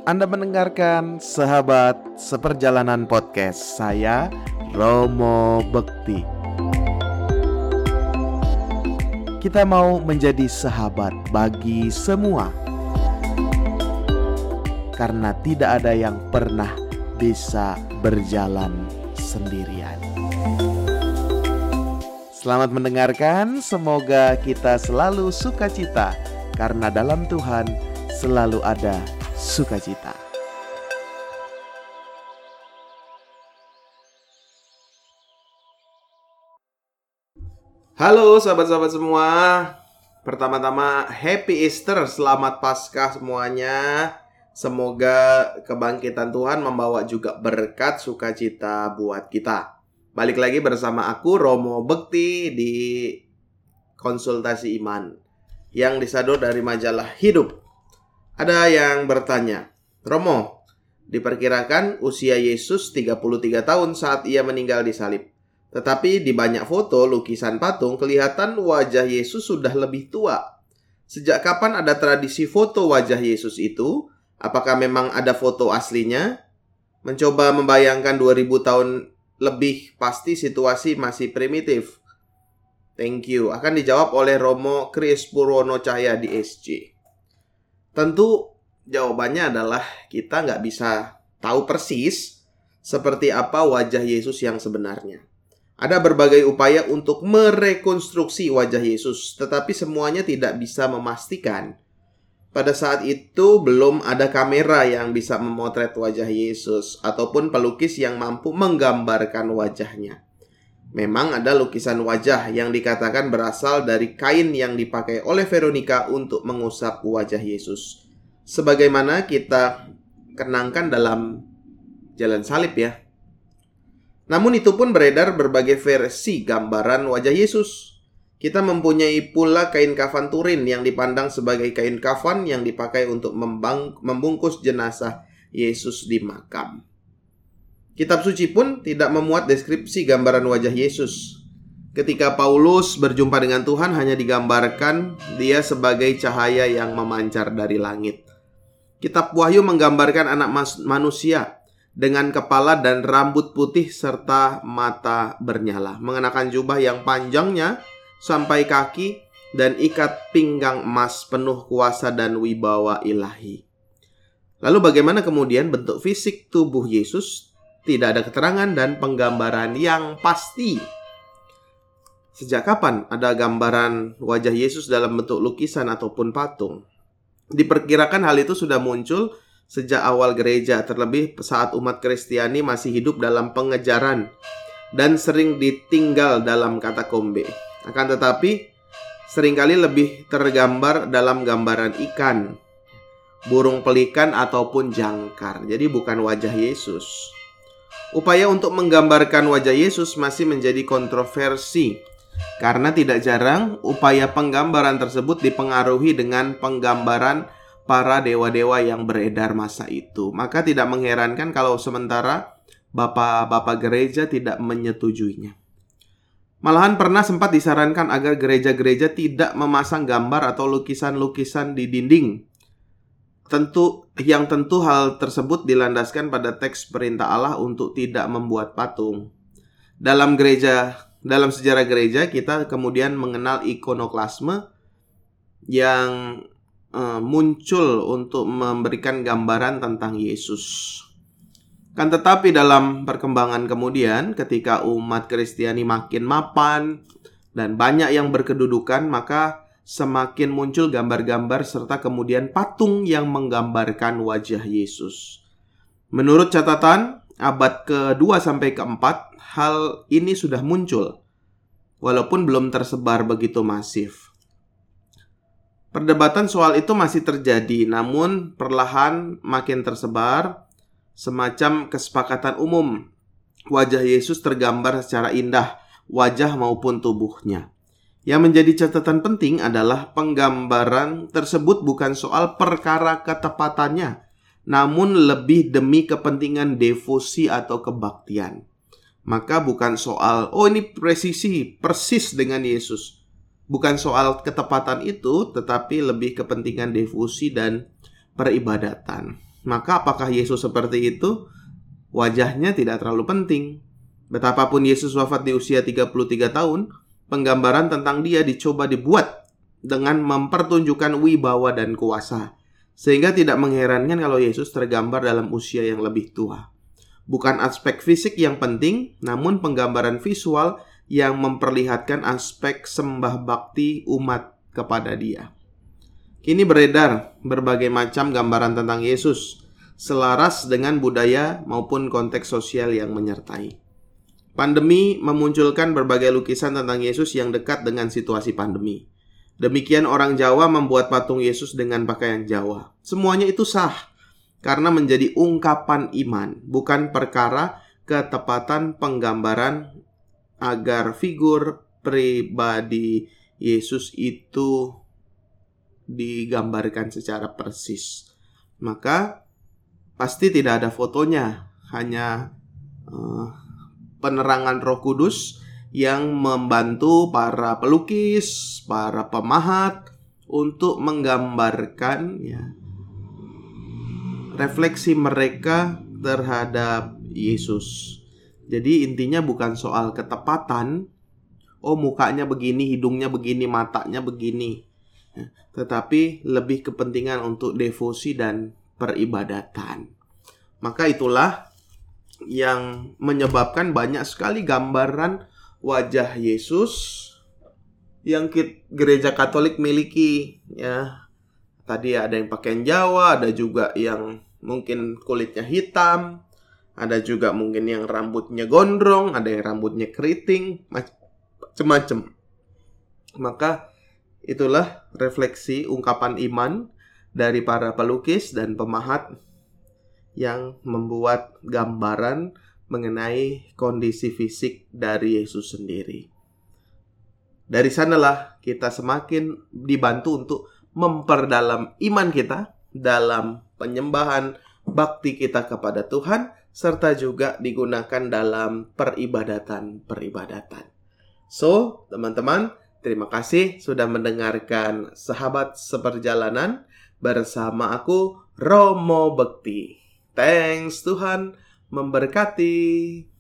Anda mendengarkan Sahabat Seperjalanan Podcast. Saya Romo Bekti. Kita mau menjadi sahabat bagi semua, karena tidak ada yang pernah bisa berjalan sendirian. Selamat mendengarkan, semoga kita selalu sukacita, karena dalam Tuhan selalu ada sukacita. Halo sahabat-sahabat semua. Pertama-tama Happy Easter, selamat Paskah semuanya. Semoga kebangkitan Tuhan membawa juga berkat sukacita buat kita. Balik lagi bersama aku Romo Bekti di Konsultasi Iman yang disadur dari majalah Hidup. Ada yang bertanya, Romo, diperkirakan usia Yesus 33 tahun saat ia meninggal di salib. Tetapi di banyak foto lukisan patung kelihatan wajah Yesus sudah lebih tua. Sejak kapan ada tradisi foto wajah Yesus itu? Apakah memang ada foto aslinya? Mencoba membayangkan 2000 tahun lebih, pasti situasi masih primitif. Thank you. Akan dijawab oleh Romo Kris Purwono Cahya di SC. Tentu jawabannya adalah kita nggak bisa tahu persis seperti apa wajah Yesus yang sebenarnya. Ada berbagai upaya untuk merekonstruksi wajah Yesus, tetapi semuanya tidak bisa memastikan. Pada saat itu belum ada kamera yang bisa memotret wajah Yesus ataupun pelukis yang mampu menggambarkan wajahnya. Memang ada lukisan wajah yang dikatakan berasal dari kain yang dipakai oleh Veronica untuk mengusap wajah Yesus, sebagaimana kita kenangkan dalam Jalan Salib ya. Namun itu pun beredar berbagai versi gambaran wajah Yesus. Kita mempunyai pula kain kafan Turin yang dipandang sebagai kain kafan yang dipakai untuk membungkus jenazah Yesus di makam. Kitab suci pun tidak memuat deskripsi gambaran wajah Yesus. Ketika Paulus berjumpa dengan Tuhan, hanya digambarkan dia sebagai cahaya yang memancar dari langit. Kitab Wahyu menggambarkan anak manusia dengan kepala dan rambut putih serta mata bernyala, mengenakan jubah yang panjangnya sampai kaki dan ikat pinggang emas penuh kuasa dan wibawa ilahi. Lalu bagaimana kemudian bentuk fisik tubuh Yesus? Tidak ada keterangan dan penggambaran yang pasti. Sejak kapan ada gambaran wajah Yesus dalam bentuk lukisan ataupun patung? Diperkirakan hal itu sudah muncul sejak awal gereja, terlebih saat umat Kristiani masih hidup dalam pengejaran dan sering ditinggal dalam katakombe. Akan tetapi, seringkali lebih tergambar dalam gambaran ikan, burung pelikan ataupun jangkar. Jadi bukan wajah Yesus. Upaya untuk menggambarkan wajah Yesus masih menjadi kontroversi, karena tidak jarang upaya penggambaran tersebut dipengaruhi dengan penggambaran para dewa-dewa yang beredar masa itu. Maka tidak mengherankan kalau sementara bapak-bapak gereja tidak menyetujuinya. Malahan pernah sempat disarankan agar gereja-gereja tidak memasang gambar atau lukisan-lukisan di dinding. Tentu hal tersebut dilandaskan pada teks perintah Allah untuk tidak membuat patung. Dalam sejarah gereja kita kemudian mengenal ikonoklasme yang muncul untuk memberikan gambaran tentang Yesus. Kan tetapi dalam perkembangan kemudian, ketika umat Kristiani makin mapan dan banyak yang berkedudukan, maka semakin muncul gambar-gambar serta kemudian patung yang menggambarkan wajah Yesus. Menurut catatan abad ke-2 sampai ke-4, hal ini sudah muncul, walaupun belum tersebar begitu masif. Perdebatan soal itu masih terjadi, namun perlahan makin tersebar, semacam kesepakatan umum. Wajah Yesus tergambar secara indah, wajah maupun tubuhnya. Yang menjadi catatan penting adalah penggambaran tersebut bukan soal perkara ketepatannya, namun lebih demi kepentingan devosi atau kebaktian. Maka bukan soal, ini presisi, persis dengan Yesus. Bukan soal ketepatan itu, tetapi lebih kepentingan devosi dan peribadatan. Maka apakah Yesus seperti itu? Wajahnya tidak terlalu penting. Betapapun Yesus wafat di usia 33 tahun, penggambaran tentang dia dicoba dibuat dengan mempertunjukkan wibawa dan kuasa. Sehingga tidak mengherankan kalau Yesus tergambar dalam usia yang lebih tua. Bukan aspek fisik yang penting, namun penggambaran visual yang memperlihatkan aspek sembah bakti umat kepada dia. Kini beredar berbagai macam gambaran tentang Yesus, selaras dengan budaya maupun konteks sosial yang menyertai. Pandemi memunculkan berbagai lukisan tentang Yesus yang dekat dengan situasi pandemi. Demikian orang Jawa membuat patung Yesus dengan pakaian Jawa. Semuanya itu sah, karena menjadi ungkapan iman, bukan perkara ketepatan penggambaran agar figur pribadi Yesus itu digambarkan secara persis. Maka pasti tidak ada fotonya, hanya penerangan Roh Kudus yang membantu para pelukis, para pemahat untuk menggambarkan refleksi mereka terhadap Yesus. Jadi intinya bukan soal ketepatan, mukanya begini, hidungnya begini, matanya begini, tetapi lebih kepentingan untuk devosi dan peribadatan. Maka itulah yang menyebabkan banyak sekali gambaran wajah Yesus yang gereja Katolik miliki. Tadi ada yang pakaian Jawa, ada juga yang mungkin kulitnya hitam, ada juga mungkin yang rambutnya gondrong, ada yang rambutnya keriting, macam-macam. Maka itulah refleksi ungkapan iman dari para pelukis dan pemahat yang membuat gambaran mengenai kondisi fisik dari Yesus sendiri. Dari sanalah kita semakin dibantu untuk memperdalam iman kita dalam penyembahan bakti kita kepada Tuhan, serta juga digunakan dalam peribadatan-peribadatan. So, teman-teman, terima kasih sudah mendengarkan Sahabat Seperjalanan bersama aku, Romo Bekti. Thanks, Tuhan memberkati.